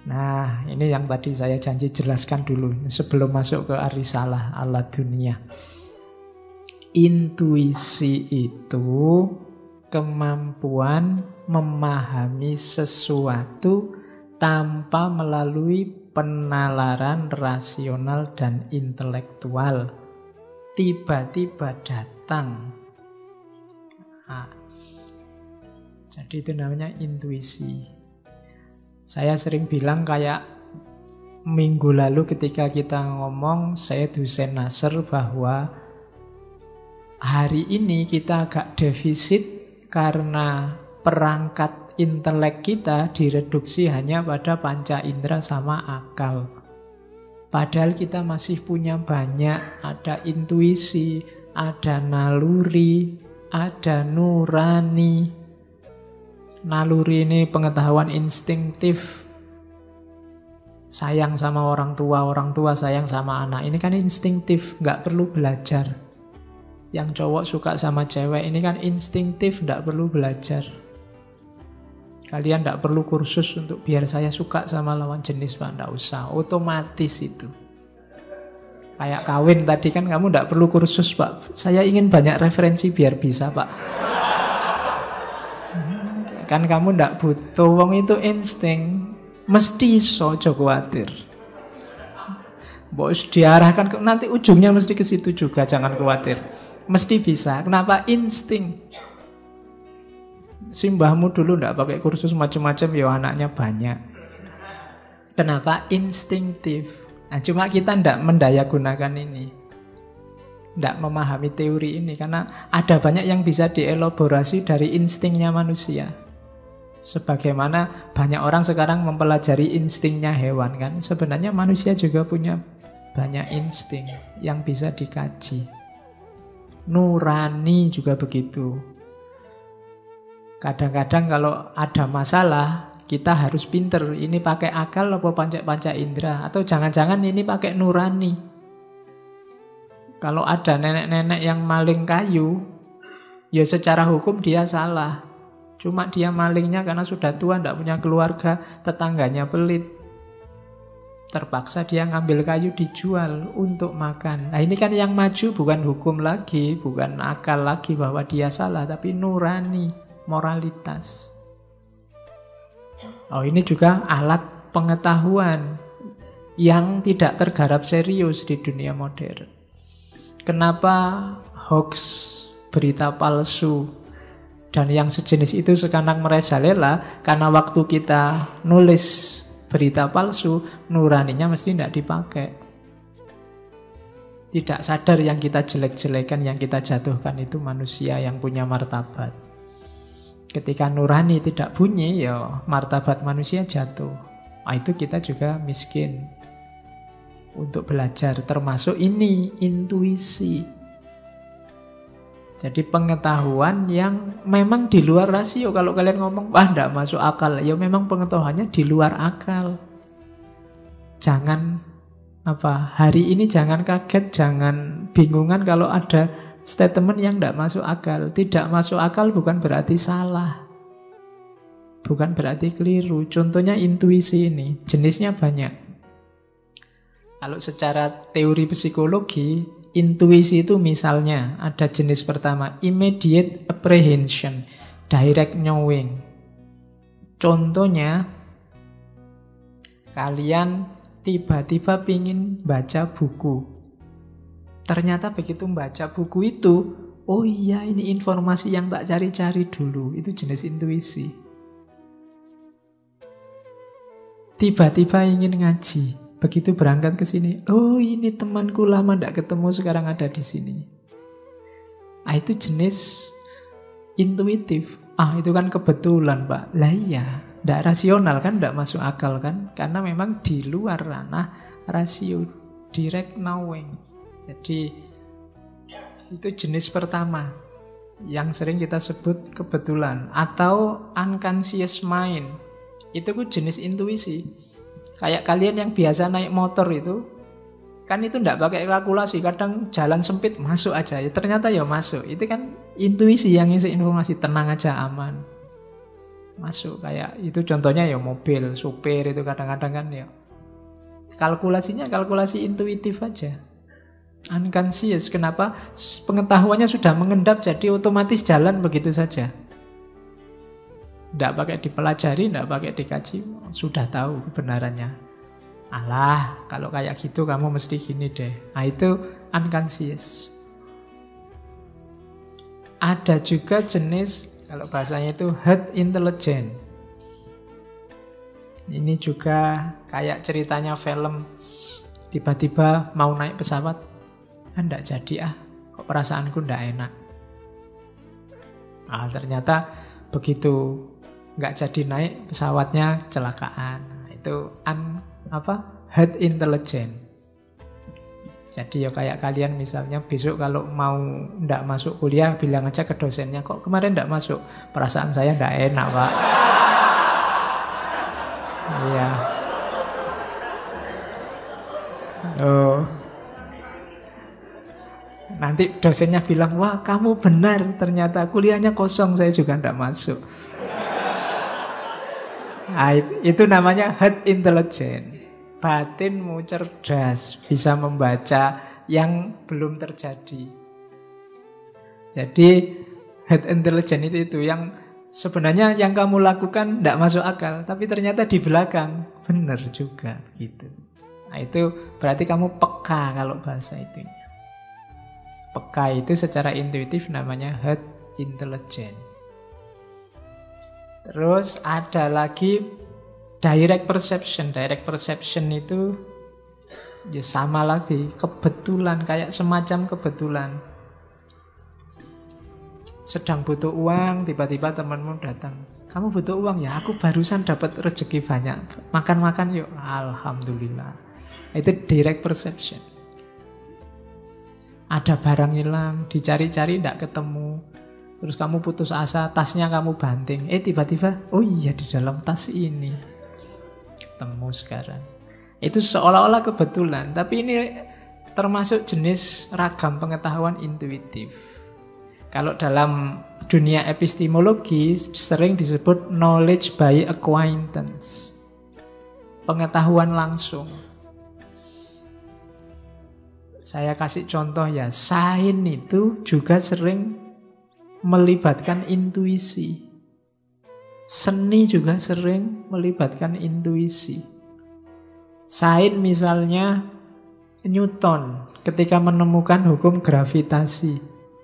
Nah, ini yang tadi saya janji jelaskan dulu sebelum masuk ke Ar-Risalah ala dunia. Intuisi itu kemampuan memahami sesuatu tanpa melalui penalaran rasional dan intelektual. Tiba-tiba datang. Nah, jadi itu namanya intuisi. Saya sering bilang kayak minggu lalu ketika kita ngomong, saya Husain Nasr, bahwa hari ini kita agak defisit karena perangkat intelek kita direduksi hanya pada panca indera sama akal. Padahal kita masih punya banyak, ada intuisi, ada naluri, ada nurani. Naluri ini pengetahuan instinktif. Sayang sama orang tua sayang sama anak. Ini kan instinktif, nggak perlu belajar. Yang cowok suka sama cewek, ini kan instinktif, nggak perlu belajar. Kalian nggak perlu kursus untuk biar saya suka sama lawan jenis, Pak. Nggak usah, otomatis itu. Kayak kawin tadi kan kamu nggak perlu kursus, Pak. Saya ingin banyak referensi biar bisa, Pak. Kan kamu ndak butuh, wong itu insting. Mesti iso, aja kuwatir. Bos diarahkan ke, nanti ujungnya mesti ke situ juga, jangan khawatir. Mesti bisa. Kenapa? Insting. Simbahmu dulu ndak pakai kursus macam-macam, ya anaknya banyak. Kenapa? Instinktif. Nah, cuma kita ndak mendaya gunakan ini. Ndak memahami teori ini karena ada banyak yang bisa dielaborasi dari instingnya manusia. Sebagaimana banyak orang sekarang mempelajari instingnya hewan kan. Sebenarnya manusia juga punya banyak insting yang bisa dikaji. Nurani juga begitu. Kadang-kadang kalau ada masalah, kita harus pinter. Ini pakai akal apa panca indera? Atau jangan-jangan ini pakai nurani. Kalau ada nenek-nenek yang maling kayu, ya secara hukum dia salah. Cuma dia malingnya karena sudah tua, tidak punya keluarga, tetangganya pelit. Terpaksa dia ngambil kayu dijual untuk makan. Nah ini kan yang maju bukan hukum lagi, bukan akal lagi bahwa dia salah, tapi nurani, moralitas. Oh ini juga alat pengetahuan yang tidak tergarap serius di dunia modern. Kenapa hoax, berita palsu, dan yang sejenis itu sekarang merajalela? Karena waktu kita nulis berita palsu, nuraninya mesti tidak dipakai. Tidak sadar yang kita jelek-jelekan, yang kita jatuhkan itu manusia yang punya martabat. Ketika nurani tidak bunyi, ya martabat manusia jatuh. Nah, itu kita juga miskin untuk belajar. Termasuk ini, intuisi. Jadi pengetahuan yang memang di luar rasio. Kalau kalian ngomong, wah tidak masuk akal, ya memang pengetahuannya di luar akal. Jangan hari ini jangan kaget, jangan bingungan kalau ada statement yang tidak masuk akal. Tidak masuk akal bukan berarti salah, bukan berarti keliru. Contohnya intuisi ini, jenisnya banyak. Kalau secara teori psikologi, intuisi itu misalnya ada jenis pertama, immediate apprehension, direct knowing. Contohnya, kalian tiba-tiba pingin baca buku. Ternyata begitu baca buku itu, oh iya ini informasi yang tak cari-cari dulu. Itu jenis intuisi. Tiba-tiba ingin ngaji. Begitu berangkat ke sini, oh ini temanku lama tidak ketemu sekarang ada di sini. Ah itu jenis intuitif. Ah itu kan kebetulan, Pak. Lah iya, tidak rasional kan, tidak masuk akal kan? Karena memang di luar ranah rasio, direct knowing. Jadi itu jenis pertama yang sering kita sebut kebetulan atau unconscious mind. Itu jenis intuisi. Kayak kalian yang biasa naik motor itu, kan itu tidak pakai kalkulasi. Kadang jalan sempit, masuk aja. Ya, ternyata ya masuk. Itu kan intuisi yang ngisi informasi, tenang aja, aman. Masuk kayak itu contohnya ya mobil, supir itu kadang-kadang kan ya. Kalkulasinya kalkulasi intuitif aja. Unconscious. Kenapa? Pengetahuannya sudah mengendap jadi otomatis jalan begitu saja. Tidak pakai dipelajari, tidak pakai dikaji, sudah tahu kebenarannya. Alah, kalau kayak gitu kamu mesti gini deh. Nah itu unconscious. Ada juga jenis, kalau bahasanya itu herd intelligence. Ini juga kayak ceritanya film. Tiba-tiba mau naik pesawat, enggak jadi kok perasaanku enggak enak. Ternyata begitu nggak jadi naik pesawatnya kecelakaan. Itu herd intelligence. Jadi ya kayak kalian misalnya besok kalau mau ndak masuk kuliah bilang aja ke dosennya, kok kemarin ndak masuk, perasaan saya ndak enak pak. Iya. Nanti dosennya bilang, wah kamu benar, ternyata kuliahnya kosong, saya juga ndak masuk. Itu namanya herd intelligence. Batinmu cerdas, bisa membaca yang belum terjadi. Jadi herd intelligence itu yang sebenarnya yang kamu lakukan tidak masuk akal, tapi ternyata di belakang benar juga gitu. Nah itu berarti kamu peka kalau bahasa itunya. Peka itu secara intuitif namanya herd intelligence. Terus ada lagi direct perception. Direct perception itu ya sama lagi, kebetulan, kayak semacam kebetulan. Sedang butuh uang, tiba-tiba temanmu datang. Kamu butuh uang ya? Aku barusan dapat rezeki banyak. Makan-makan yuk. Alhamdulillah. Itu direct perception. Ada barang hilang, dicari-cari tidak ketemu. Terus kamu putus asa, tasnya kamu banting. Tiba-tiba, oh iya di dalam tas ini. Ketemu sekarang. Itu seolah-olah kebetulan. Tapi ini termasuk jenis ragam pengetahuan intuitif. Kalau dalam dunia epistemologi sering disebut knowledge by acquaintance. Pengetahuan langsung. Saya kasih contoh ya, sains itu juga sering melibatkan intuisi. Seni juga sering melibatkan intuisi. Sains misalnya Newton ketika menemukan hukum gravitasi.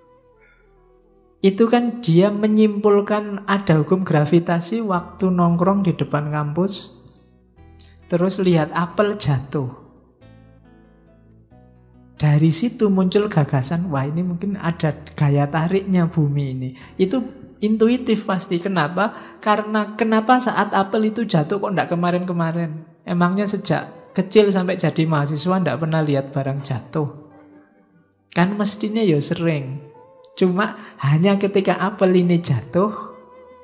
Itu kan dia menyimpulkan ada hukum gravitasi waktu nongkrong di depan kampus. Terus lihat apel jatuh. Dari situ muncul gagasan, wah ini mungkin ada gaya tariknya bumi ini. Itu intuitif pasti. Kenapa? Karena kenapa saat apel itu jatuh kok enggak kemarin-kemarin? Emangnya sejak kecil sampai jadi mahasiswa enggak pernah lihat barang jatuh? Kan mestinya ya sering. Cuma hanya ketika apel ini jatuh,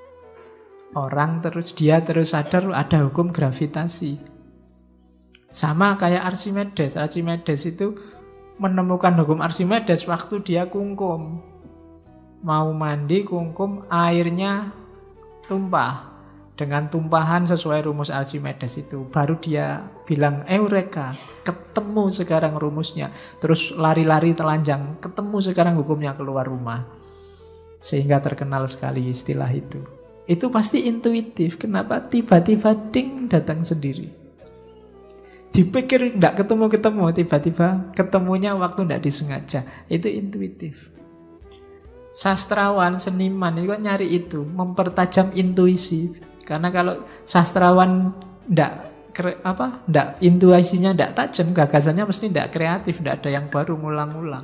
dia terus sadar ada hukum gravitasi. Sama kayak Archimedes. Archimedes itu menemukan hukum Archimedes waktu dia kungkum. Mau mandi kungkum, airnya tumpah. Dengan tumpahan sesuai rumus Archimedes itu. Baru dia bilang, eureka, ketemu sekarang rumusnya. Terus lari-lari telanjang, ketemu sekarang hukumnya, keluar rumah. Sehingga terkenal sekali istilah itu. Itu pasti intuitif. Kenapa? Tiba-tiba ding datang sendiri. Dipikir tidak ketemu-ketemu, tiba-tiba ketemunya waktu tidak disengaja. Itu intuitif. Sastrawan, seniman itu kan nyari itu, mempertajam intuisi. Karena kalau sastrawan tidak intuisinya tidak tajam, gagasannya mesti tidak kreatif, tidak ada yang baru, ngulang-ngulang.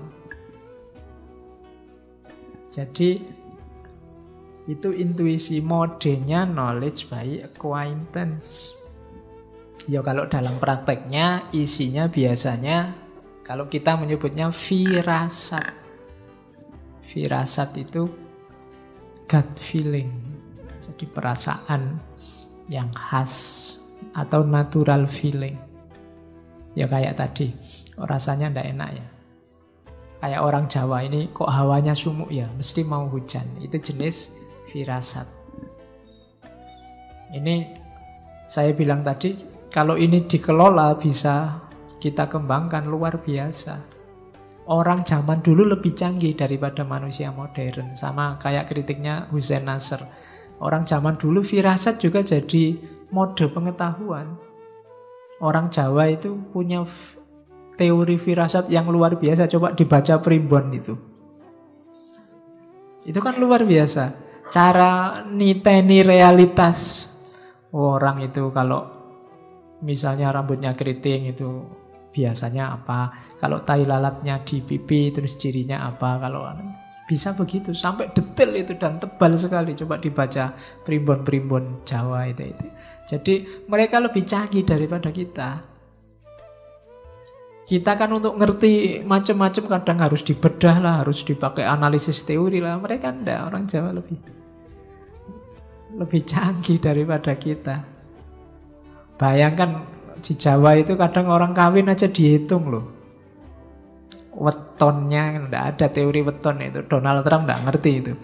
Jadi itu intuisi, modenya knowledge by acquaintance. Ya kalau dalam prakteknya isinya biasanya kalau kita menyebutnya firasat. Firasat itu gut feeling. Jadi perasaan yang khas atau natural feeling. Ya kayak tadi, rasanya ndak enak ya. Kayak orang Jawa ini kok hawanya sumuk ya, mesti mau hujan. Itu jenis firasat. Ini saya bilang tadi, kalau ini dikelola bisa kita kembangkan luar biasa. Orang zaman dulu lebih canggih daripada manusia modern. Sama kayak kritiknya Hussein Nasr. Orang zaman dulu firasat juga jadi mode pengetahuan. Orang Jawa itu punya teori firasat yang luar biasa. Coba dibaca primbon itu. Itu kan luar biasa. Cara niteni realitas. Orang itu kalau misalnya rambutnya keriting itu biasanya apa. Kalau tai lalatnya di pipi terus cirinya apa. Kalau bisa begitu. Sampai detail itu dan tebal sekali. Coba dibaca primbon-primbon Jawa itu. Jadi mereka lebih canggih daripada kita. Kita kan untuk ngerti macam-macam kadang harus dibedah lah, harus dipakai analisis teori lah. Mereka enggak, orang Jawa lebih canggih daripada kita. Bayangkan di Jawa itu kadang orang kawin aja dihitung loh. Wetonnya, enggak ada teori weton itu. Donald Trump enggak ngerti itu.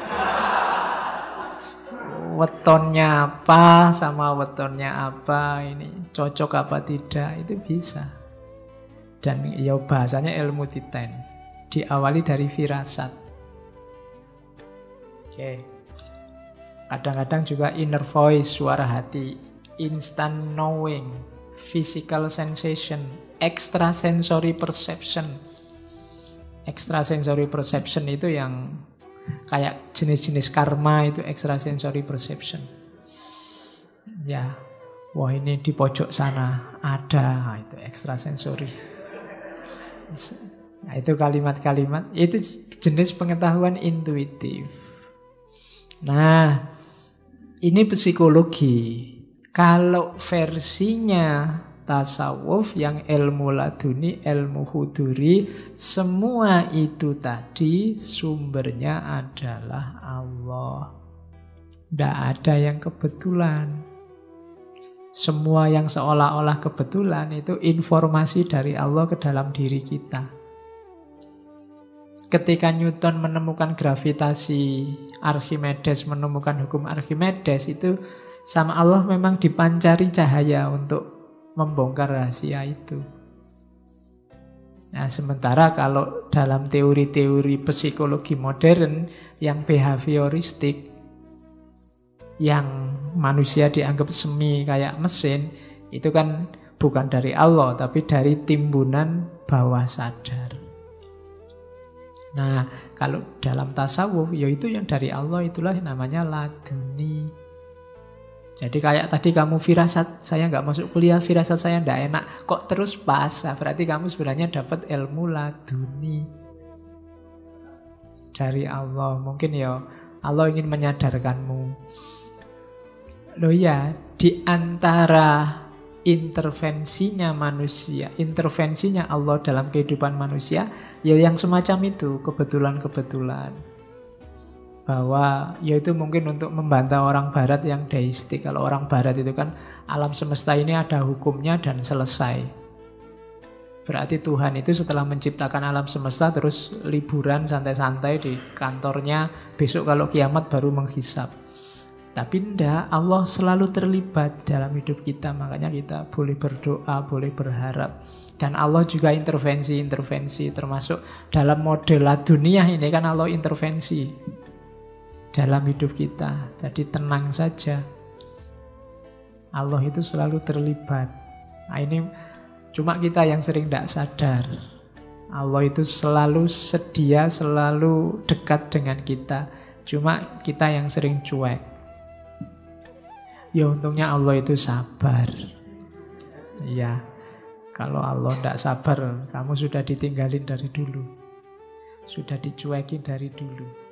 Wetonnya apa sama wetonnya apa, ini cocok apa tidak, itu bisa. Dan ya bahasanya ilmu titen. Diawali dari firasat. Oke. Kadang-kadang juga inner voice, suara hati, instant knowing, physical sensation, extrasensory perception. Extrasensory perception itu yang kayak jenis-jenis karma, itu extrasensory perception. Ya, wah ini di pojok sana ada, itu extrasensory. Nah, itu kalimat-kalimat, itu jenis pengetahuan intuitif. Nah, ini psikologi. Kalau versinya tasawuf yang ilmu laduni, ilmu huduri, semua itu tadi sumbernya adalah Allah. Tidak ada yang kebetulan. Semua yang seolah-olah kebetulan itu informasi dari Allah ke dalam diri kita. Ketika Newton menemukan gravitasi, Archimedes menemukan hukum Archimedes, itu sama Allah memang dipancari cahaya untuk membongkar rahasia itu. Nah, sementara kalau dalam teori-teori psikologi modern yang behavioristik, yang manusia dianggap semi kayak mesin, itu kan bukan dari Allah, tapi dari timbunan bawah sadar. Nah, kalau dalam tasawuf, yaitu yang dari Allah, itulah namanya laduni. Jadi kayak tadi kamu firasat, saya nggak masuk kuliah, firasat saya nggak enak, kok terus pas, berarti kamu sebenarnya dapat ilmu laduni dari Allah. Mungkin ya Allah ingin menyadarkanmu. Loh ya, di antara intervensinya manusia, intervensinya Allah dalam kehidupan manusia, ya yang semacam itu, kebetulan-kebetulan. Bahwa ya itu mungkin untuk membantah orang barat yang deistik. Kalau orang barat itu kan alam semesta ini ada hukumnya dan selesai. Berarti Tuhan itu setelah menciptakan alam semesta terus liburan santai-santai di kantornya, besok kalau kiamat baru menghisap. Tapi enggak, Allah selalu terlibat dalam hidup kita. Makanya kita boleh berdoa, boleh berharap. Dan Allah juga intervensi, termasuk dalam model dunia ini kan Allah intervensi dalam hidup kita. Jadi tenang saja, Allah itu selalu terlibat. Nah ini cuma kita yang sering tidak sadar. Allah itu selalu sedia, selalu dekat dengan kita. Cuma kita yang sering cuek. Ya untungnya Allah itu sabar. Ya, kalau Allah tidak sabar, kamu sudah ditinggalin dari dulu. Sudah dicuekin dari dulu.